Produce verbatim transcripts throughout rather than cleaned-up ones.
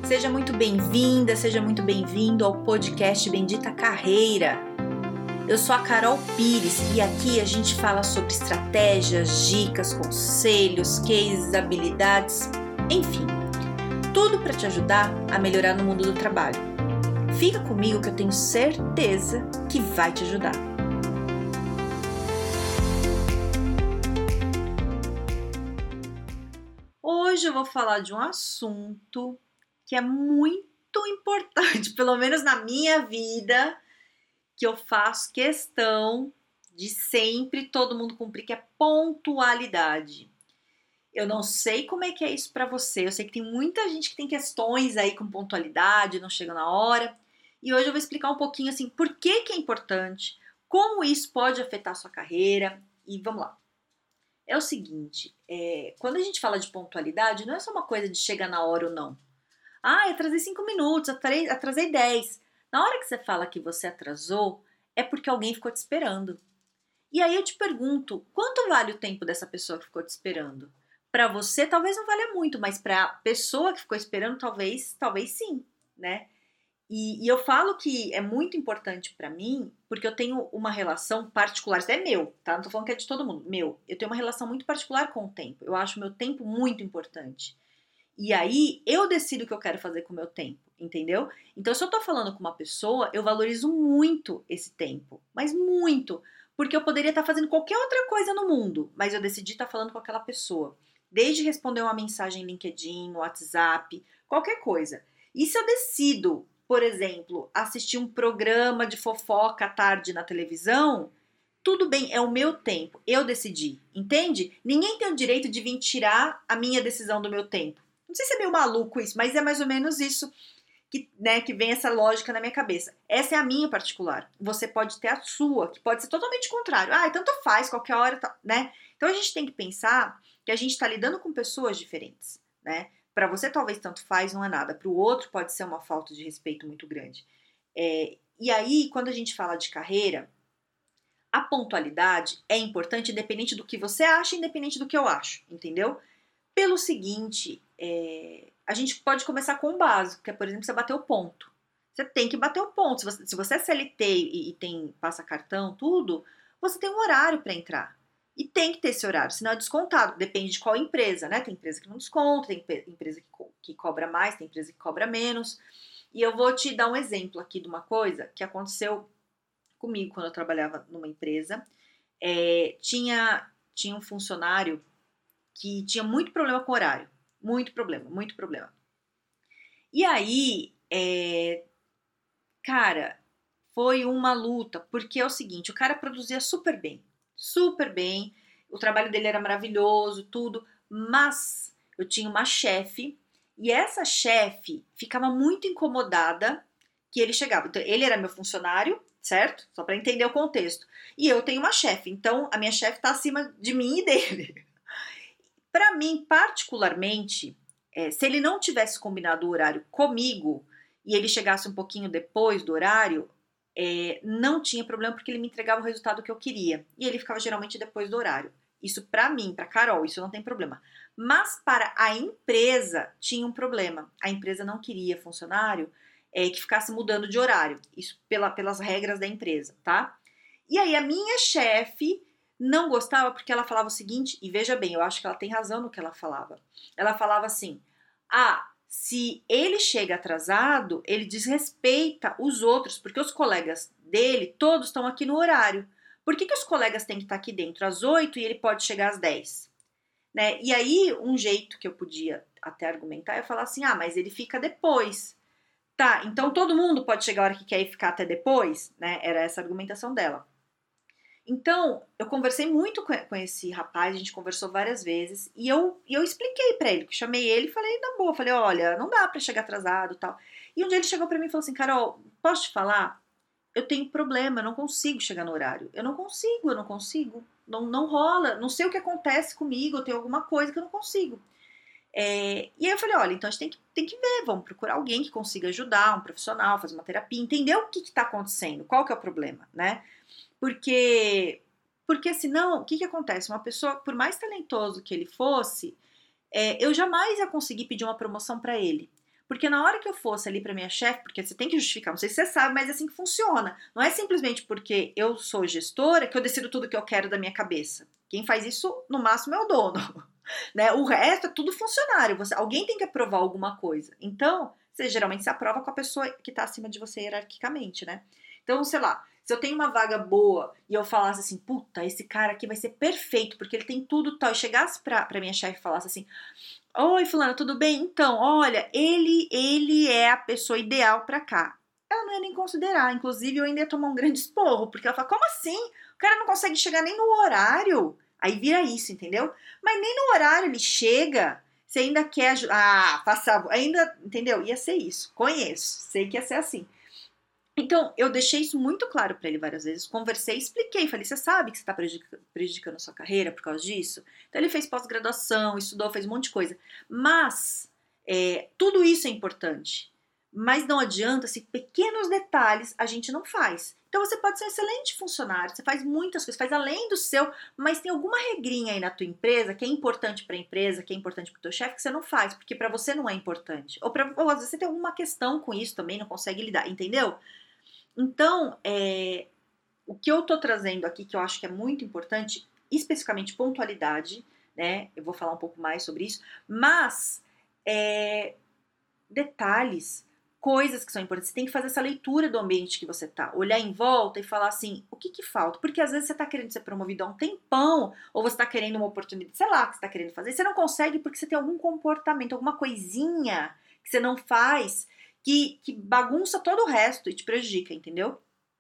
Seja muito bem-vinda, seja muito bem-vindo ao podcast Bendita Carreira. Eu sou a Carol Pires e aqui a gente fala sobre estratégias, dicas, conselhos, cases, habilidades, enfim, tudo para te ajudar a melhorar no mundo do trabalho. Fica comigo que eu tenho certeza que vai te ajudar. Hoje eu vou falar de um assunto que é muito importante, pelo menos na minha vida, que eu faço questão de sempre todo mundo cumprir, que é pontualidade. Eu não sei como é que é isso para você, eu sei que tem muita gente que tem questões aí com pontualidade, não chega na hora, e hoje eu vou explicar um pouquinho assim, por que que é importante, como isso pode afetar a sua carreira, e vamos lá. É o seguinte, é, quando a gente fala de pontualidade, não é só uma coisa de chegar na hora ou não. Ah, eu atrasei cinco minutos, atrasei, atrasei dez. Na hora que você fala que você atrasou, é porque alguém ficou te esperando. E aí eu te pergunto, quanto vale o tempo dessa pessoa que ficou te esperando? Para você, talvez não valha muito, mas para a pessoa que ficou esperando, talvez, talvez sim, né? E, e eu falo que é muito importante para mim, porque eu tenho uma relação particular, isso é meu, tá? Não tô falando que é de todo mundo, meu. Eu tenho uma relação muito particular com o tempo. Eu acho o meu tempo muito importante. E aí, eu decido o que eu quero fazer com o meu tempo, entendeu? Então, se eu tô falando com uma pessoa, eu valorizo muito esse tempo, mas muito, porque eu poderia estar fazendo qualquer outra coisa no mundo, mas eu decidi estar falando com aquela pessoa. Desde responder uma mensagem no LinkedIn, no WhatsApp, qualquer coisa. E se eu decido, por exemplo, assistir um programa de fofoca à tarde na televisão, tudo bem, é o meu tempo, eu decidi, entende? Ninguém tem o direito de vir tirar a minha decisão do meu tempo. Não sei se é meio maluco isso, mas é mais ou menos isso que, né, que vem essa lógica na minha cabeça. Essa é a minha particular. Você pode ter a sua, que pode ser totalmente contrário. Ah, tanto faz, qualquer hora, tá, né? Então a gente tem que pensar que a gente está lidando com pessoas diferentes, né? Para você talvez tanto faz, não é nada. Para o outro pode ser uma falta de respeito muito grande. É, e aí, quando a gente fala de carreira, a pontualidade é importante independente do que você acha, independente do que eu acho, entendeu? Pelo seguinte, é, a gente pode começar com o básico, que é, por exemplo, você bater o ponto. Você tem que bater o ponto. Se você, se você é C L T e, e tem, passa cartão, tudo, você tem um horário para entrar. E tem que ter esse horário, senão é descontado. Depende de qual empresa, né? Tem empresa que não desconta, tem empresa que, co- que cobra mais, tem empresa que cobra menos. E eu vou te dar um exemplo aqui de uma coisa que aconteceu comigo quando eu trabalhava numa empresa. É, tinha, tinha um funcionário que tinha muito problema com horário. Muito problema, muito problema. E aí, é, cara, foi uma luta, porque é o seguinte, o cara produzia super bem, super bem, o trabalho dele era maravilhoso, tudo, mas eu tinha uma chefe, e essa chefe ficava muito incomodada que ele chegava. Então, ele era meu funcionário, certo? Só para entender o contexto. E eu tenho uma chefe, então a minha chefe tá acima de mim e dele. Para mim, particularmente, é, se ele não tivesse combinado o horário comigo e ele chegasse um pouquinho depois do horário, é, não tinha problema porque ele me entregava o resultado que eu queria. E ele ficava geralmente depois do horário. Isso para mim, para Carol, isso não tem problema. Mas para a empresa tinha um problema. A empresa não queria funcionário é, que ficasse mudando de horário. Isso pela, pelas regras da empresa, tá? E aí a minha chefe não gostava porque ela falava o seguinte, e veja bem, eu acho que ela tem razão no que ela falava. Ela falava assim, ah, se ele chega atrasado, ele desrespeita os outros, porque os colegas dele todos estão aqui no horário. Por que que os colegas têm que estar aqui dentro às oito e ele pode chegar às dez? Né? E aí, um jeito que eu podia até argumentar é falar assim, ah, mas ele fica depois. Tá, então todo mundo pode chegar a hora que quer e ficar até depois? Né? Era essa a argumentação dela. Então, eu conversei muito com, com esse rapaz, a gente conversou várias vezes, e eu, e eu expliquei pra ele, que chamei ele e falei na boa, falei, olha, não dá pra chegar atrasado e tal. E um dia ele chegou pra mim e falou assim, Carol, posso te falar? Eu tenho problema, eu não consigo chegar no horário. Eu não consigo, eu não consigo, não, não rola, não sei o que acontece comigo, eu tenho alguma coisa que eu não consigo. É, e aí eu falei, olha, então a gente tem que, tem que ver, vamos procurar alguém que consiga ajudar, um profissional, fazer uma terapia, entender o que está acontecendo, qual que é o problema, né? Porque, porque senão, o que que acontece? Uma pessoa, por mais talentoso que ele fosse, é, eu jamais ia conseguir pedir uma promoção para ele. Porque na hora que eu fosse ali pra minha chefe, porque você tem que justificar, não sei se você sabe, mas é assim que funciona. Não é simplesmente porque eu sou gestora que eu decido tudo que eu quero da minha cabeça. Quem faz isso, no máximo, é o dono. Né? O resto é tudo funcionário. Você, alguém tem que aprovar alguma coisa. Então, você geralmente se aprova com a pessoa que tá acima de você hierarquicamente, né? Então, sei lá, se eu tenho uma vaga boa e eu falasse assim, puta, esse cara aqui vai ser perfeito, porque ele tem tudo tal, e chegasse pra, pra minha chefe e falasse assim, oi, fulano, tudo bem? Então, olha, ele, ele é a pessoa ideal pra cá. Ela não ia nem considerar, inclusive eu ainda ia tomar um grande esporro, porque ela fala, como assim? O cara não consegue chegar nem no horário. Aí vira isso, entendeu? Mas nem no horário ele chega, você ainda quer ajudar, ah, faça, ainda, entendeu? Ia ser isso, conheço, sei que ia ser assim. Então, eu deixei isso muito claro pra ele várias vezes, conversei, expliquei, falei, você sabe que você tá prejudicando a sua carreira por causa disso? Então, ele fez pós-graduação, estudou, fez um monte de coisa, mas é, tudo isso é importante, mas não adianta se pequenos detalhes a gente não faz. Então, você pode ser um excelente funcionário, você faz muitas coisas, faz além do seu, mas tem alguma regrinha aí na tua empresa que é importante pra empresa, que é importante pro teu chefe, que você não faz, porque pra você não é importante. Ou, pra, ou às vezes você tem alguma questão com isso também, não consegue lidar, entendeu? Então, é, o que eu tô trazendo aqui, que eu acho que é muito importante, especificamente pontualidade, né? Eu vou falar um pouco mais sobre isso, mas é, detalhes, coisas que são importantes. Você tem que fazer essa leitura do ambiente que você tá, olhar em volta e falar assim, o que que falta? Porque às vezes você tá querendo ser promovido há um tempão, ou você tá querendo uma oportunidade, sei lá, que você tá querendo fazer, e você não consegue porque você tem algum comportamento, alguma coisinha que você não faz, que, que bagunça todo o resto e te prejudica, entendeu?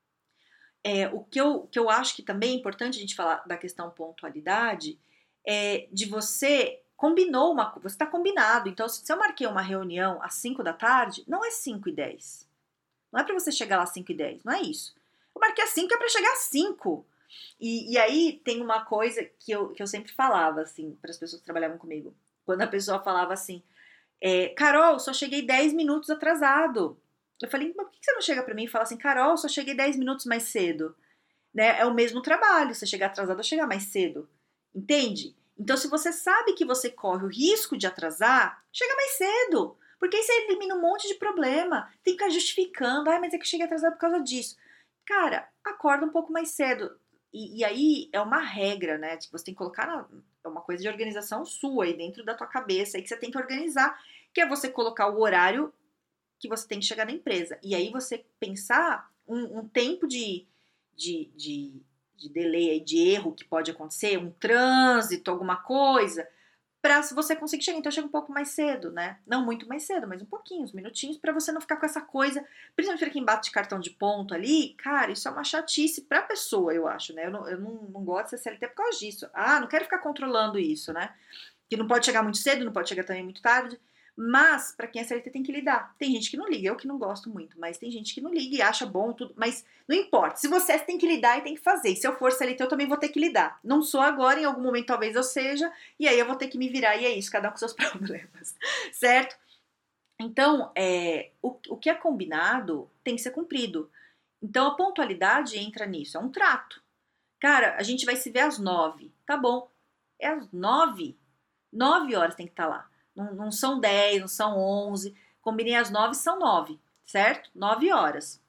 É, o que eu, que eu acho que também é importante a gente falar da questão pontualidade é de você combinou uma coisa, você está combinado. Então, se eu marquei uma reunião às cinco da tarde, não é cinco e dez. Não é para você chegar lá às cinco e dez, não é isso. Eu marquei às cinco é para chegar às cinco. E, e aí tem uma coisa que eu, que eu sempre falava, assim, para as pessoas que trabalhavam comigo. Quando a pessoa falava assim, é, Carol, só cheguei dez minutos atrasado. Eu falei, mas por que você não chega pra mim e fala assim, Carol, só cheguei dez minutos mais cedo? Né? É o mesmo trabalho, você chegar atrasado ou chegar mais cedo. Entende? Então, se você sabe que você corre o risco de atrasar, chega mais cedo. Porque aí você elimina um monte de problema. Tem que ficar justificando, ah, mas é que eu cheguei atrasado por causa disso. Cara, acorda um pouco mais cedo. E, e aí é uma regra, né? Que você tem que colocar na, é uma coisa de organização sua aí dentro da tua cabeça aí que você tem que organizar, que é você colocar o horário que você tem que chegar na empresa. E aí você pensar um, um tempo de, de, de, de delay, de erro que pode acontecer, um trânsito, alguma coisa, pra você conseguir chegar. Então chega um pouco mais cedo, né? Não muito mais cedo, mas um pouquinho, uns minutinhos, pra você não ficar com essa coisa, principalmente pra quem bate cartão de ponto ali, cara, isso é uma chatice pra pessoa, eu acho, né? Eu não, eu não, não gosto de ser C L T por causa disso. Ah, não quero ficar controlando isso, né? Que não pode chegar muito cedo, não pode chegar também muito tarde. Mas, pra quem é C L T, tem que lidar. Tem gente que não liga, eu que não gosto muito, mas tem gente que não liga e acha bom tudo. Mas não importa, se você tem que lidar e tem que fazer. E se eu for C L T, eu também vou ter que lidar. Não sou agora, em algum momento talvez eu seja, e aí eu vou ter que me virar, e é isso, cada um com seus problemas, certo? Então, é, o, o que é combinado tem que ser cumprido. Então, a pontualidade entra nisso, é um trato. Cara, a gente vai se ver às nove, tá bom, é às nove, nove horas tem que estar lá. Não, não são dez, não são onze. Combinei às nove, são nove, certo? Nove horas.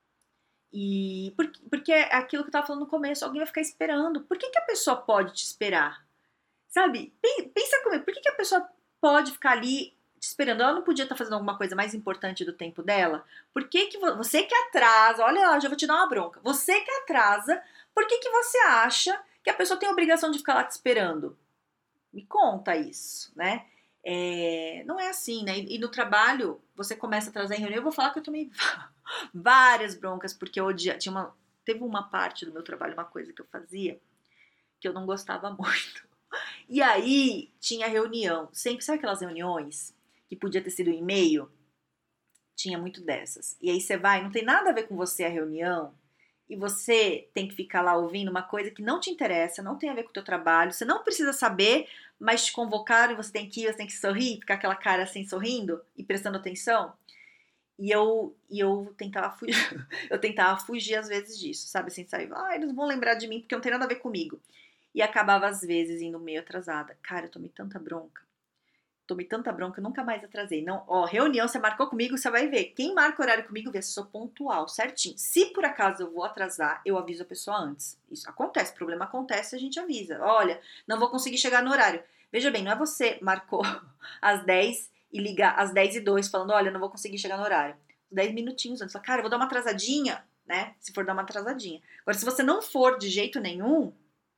E porque, porque é aquilo que eu tava falando no começo, alguém vai ficar esperando. Por que, que a pessoa pode te esperar? Sabe? Pensa comigo, por que, que a pessoa pode ficar ali te esperando? Ela não podia estar fazendo alguma coisa mais importante do tempo dela? Por que, que você que atrasa, olha lá, já vou te dar uma bronca. Você que atrasa, por que, que você acha que a pessoa tem a obrigação de ficar lá te esperando? Me conta isso, né? É, não é assim, né? E, e no trabalho, você começa a trazer em reunião. Eu vou falar que eu tomei várias broncas, porque eu odia, tinha uma, teve uma parte do meu trabalho, uma coisa que eu fazia, que eu não gostava muito. E aí, tinha reunião. Sempre, sabe aquelas reuniões que podia ter sido um e-mail? Tinha muito dessas. E aí você vai, não tem nada a ver com você a reunião, e você tem que ficar lá ouvindo uma coisa que não te interessa, não tem a ver com o teu trabalho, você não precisa saber, mas te convocaram e você tem que ir, você tem que sorrir, ficar aquela cara assim sorrindo e prestando atenção. E eu, e eu tentava fugir, eu tentava fugir às vezes disso, sabe? Assim, sabe? Ah, eles vão lembrar de mim porque não tem nada a ver comigo. E acabava às vezes indo meio atrasada. Cara, eu tomei tanta bronca. tomei tanta bronca, eu nunca mais atrasei. Não, ó, reunião, você marcou comigo, você vai ver. Quem marca horário comigo, vê se sou pontual, certinho. Se por acaso eu vou atrasar, eu aviso a pessoa antes. Isso acontece, problema acontece, a gente avisa. Olha, não vou conseguir chegar no horário. Veja bem, não é você marcou às dez e ligar às dez e dois falando, olha, não vou conseguir chegar no horário. dez minutinhos antes, fala, cara, eu vou dar uma atrasadinha, né? Se for dar uma atrasadinha. Agora, se você não for de jeito nenhum,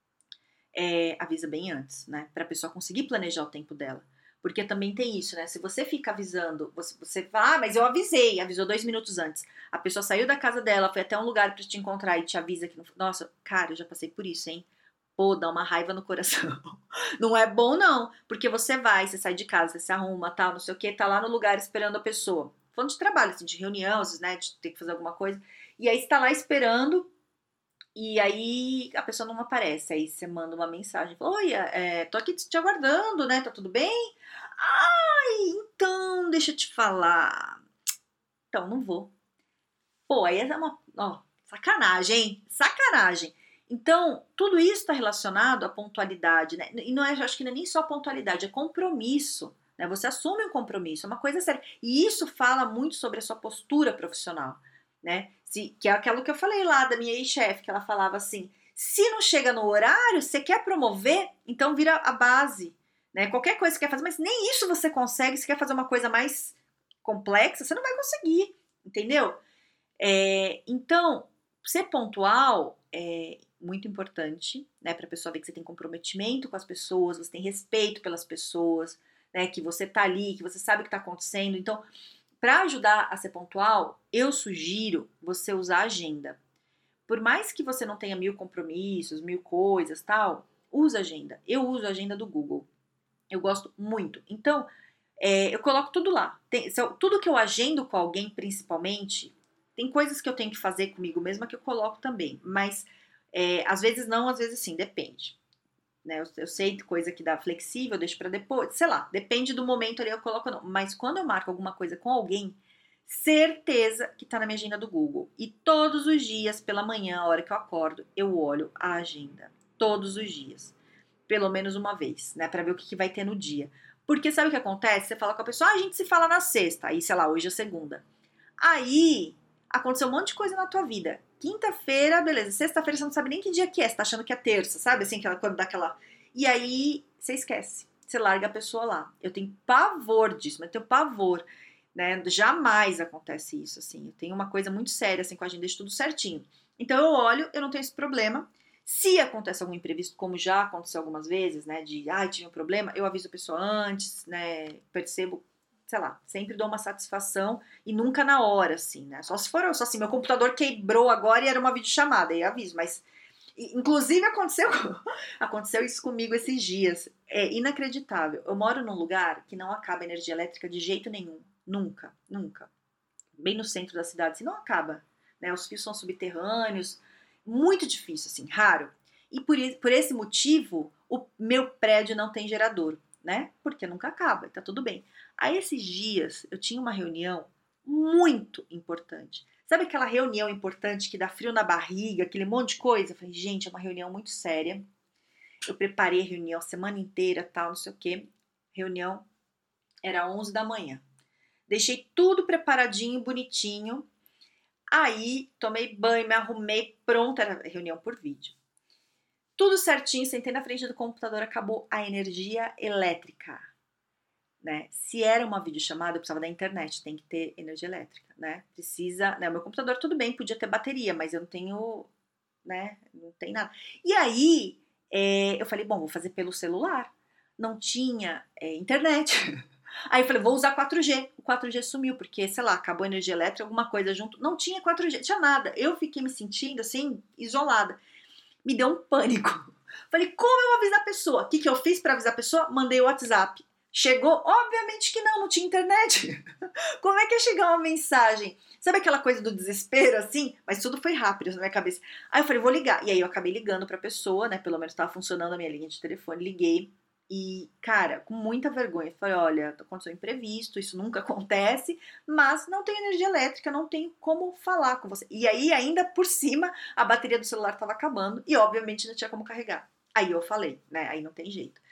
é, avisa bem antes, né? Pra pessoa conseguir planejar o tempo dela. Porque também tem isso, né? Se você fica avisando, você, você fala, ah, mas eu avisei, avisou dois minutos antes. A pessoa saiu da casa dela, foi até um lugar pra te encontrar e te avisa que não. Nossa, cara, eu já passei por isso, hein? Pô, dá uma raiva no coração. Não é bom, não. Porque você vai, você sai de casa, você se arruma, tal, não sei o que, tá lá no lugar esperando a pessoa. Falando de trabalho, assim, de reunião, né? De ter que fazer alguma coisa. E aí você tá lá esperando. E aí a pessoa não aparece, aí você manda uma mensagem, fala, oi, é, tô aqui te aguardando, né, tá tudo bem? Ai, então, deixa eu te falar, então, não vou. Pô, aí é uma, ó, sacanagem, hein, sacanagem. Então, tudo isso tá relacionado à pontualidade, né, e não é, acho que não é nem só pontualidade, é compromisso, né, você assume um compromisso, é uma coisa séria, e isso fala muito sobre a sua postura profissional. Né? Se, que é aquilo que eu falei lá da minha ex-chefe, que ela falava assim, se não chega no horário, você quer promover, então vira a base, né? Qualquer coisa que você quer fazer, mas nem isso você consegue, se quer fazer uma coisa mais complexa, você não vai conseguir, entendeu? É, então, ser pontual é muito importante, né? Para a pessoa ver que você tem comprometimento com as pessoas, você tem respeito pelas pessoas, né? Que você tá ali, que você sabe o que tá acontecendo, então... Para ajudar a ser pontual, eu sugiro você usar a agenda. Por mais que você não tenha mil compromissos, mil coisas, tal, usa a agenda. Eu uso a agenda do Google. Eu gosto muito. Então, é, eu coloco tudo lá. Tem, eu, tudo que eu agendo com alguém, principalmente, tem coisas que eu tenho que fazer comigo mesma que eu coloco também. Mas, é, às vezes não, às vezes sim, depende. Né, eu, eu sei coisa que dá flexível, eu deixo pra depois, sei lá, depende do momento ali eu coloco não, mas quando eu marco alguma coisa com alguém, certeza que tá na minha agenda do Google, e todos os dias pela manhã, a hora que eu acordo, eu olho a agenda, todos os dias, pelo menos uma vez, né, pra ver o que, que vai ter no dia, porque sabe o que acontece? Você fala com a pessoa, ah, a gente se fala na sexta, aí sei lá, hoje é segunda, aí aconteceu um monte de coisa na tua vida. Quinta-feira, beleza. Sexta-feira você não sabe nem que dia que é. Você tá achando que é terça, sabe? Assim, aquela, quando dá aquela... E aí, você esquece. Você larga a pessoa lá. Eu tenho pavor disso, mas eu tenho pavor, né? Jamais acontece isso, assim. Eu tenho uma coisa muito séria, assim, com a agenda, deixo tudo certinho. Então, eu olho, eu não tenho esse problema. Se acontece algum imprevisto, como já aconteceu algumas vezes, né? De, ai, ah, tive um problema, eu aviso a pessoa antes, né? Percebo... sei lá, sempre dou uma satisfação e nunca na hora, assim, né? Só se for, só assim, meu computador quebrou agora e era uma videochamada, aí eu aviso, mas... Inclusive aconteceu, aconteceu isso comigo esses dias, é inacreditável. Eu moro num lugar que não acaba energia elétrica de jeito nenhum, nunca, nunca. Bem no centro da cidade, assim, não acaba, né? Os fios são subterrâneos, muito difícil, assim, raro. E por, por esse motivo, o meu prédio não tem gerador, né? Porque nunca acaba, tá tudo bem. Aí esses dias eu tinha uma reunião muito importante. Sabe aquela reunião importante que dá frio na barriga, aquele monte de coisa? Eu falei, gente, é uma reunião muito séria. Eu preparei a reunião a semana inteira, tal, não sei o quê. Reunião era onze da manhã. Deixei tudo preparadinho, bonitinho. Aí tomei banho, me arrumei, pronta, era reunião por vídeo. Tudo certinho, sentei na frente do computador, acabou a energia elétrica. Né? Se era uma videochamada, eu precisava da internet, tem que ter energia elétrica, né? Precisa, né? O meu computador tudo bem, podia ter bateria, mas eu não tenho, né? Não tem nada. E aí, é, eu falei, bom, vou fazer pelo celular. Não tinha é, internet. Aí eu falei, vou usar quatro G. O quatro G sumiu, porque, sei lá, acabou a energia elétrica, alguma coisa junto. Não tinha quatro G, tinha nada. Eu fiquei me sentindo, assim, isolada. Me deu um pânico. Falei, como eu vou avisar a pessoa? O que, que eu fiz para avisar a pessoa? Mandei o WhatsApp. Chegou? Obviamente que não, não tinha internet. Como é que ia chegar uma mensagem? Sabe aquela coisa do desespero, assim? Mas tudo foi rápido na minha cabeça. Aí eu falei, vou ligar. E aí eu acabei ligando pra pessoa, né? Pelo menos tava funcionando a minha linha de telefone. Liguei. E, cara, com muita vergonha, falei, olha, aconteceu um imprevisto, isso nunca acontece, mas não tem energia elétrica, não tem como falar com você. E aí, ainda por cima, a bateria do celular tava acabando e, obviamente, não tinha como carregar. Aí eu falei, né? Aí não tem jeito.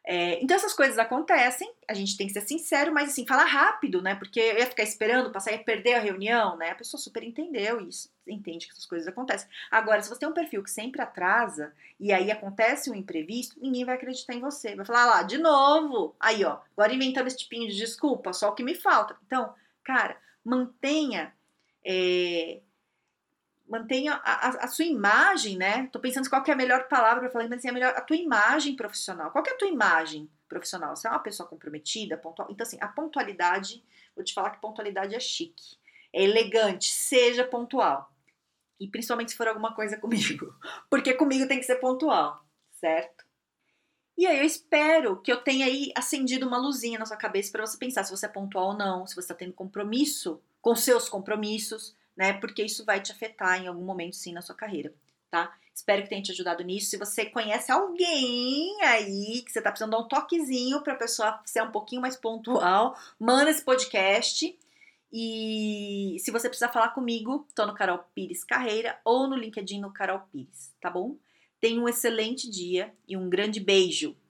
É, então essas coisas acontecem, a gente tem que ser sincero, mas assim, falar rápido, né? Porque eu ia ficar esperando passar e perder a reunião, né? A pessoa super entendeu isso, entende que essas coisas acontecem. Agora, se você tem um perfil que sempre atrasa e aí acontece um imprevisto, ninguém vai acreditar em você. Vai falar, ah lá, de novo. Aí, ó, agora inventando esse tipinho de desculpa, só o que me falta. Então, cara, mantenha... É, mantenha a, a, a sua imagem, né? Tô pensando qual que é a melhor palavra para falar, mas assim, a, melhor, a tua imagem profissional. Qual que é a tua imagem profissional? Você é uma pessoa comprometida, pontual? Então, assim, a pontualidade, vou te falar que pontualidade é chique, é elegante, seja pontual. E principalmente se for alguma coisa comigo, porque comigo tem que ser pontual, certo? E aí eu espero que eu tenha aí acendido uma luzinha na sua cabeça para você pensar se você é pontual ou não, se você está tendo compromisso com seus compromissos, né? Porque isso vai te afetar em algum momento, sim, na sua carreira, tá? Espero que tenha te ajudado nisso. Se você conhece alguém aí que você tá precisando dar um toquezinho pra pessoa ser um pouquinho mais pontual, manda esse podcast. E se você precisar falar comigo, tô no Carol Pires Carreira ou no LinkedIn no Carol Pires, tá bom? Tenha um excelente dia e um grande beijo!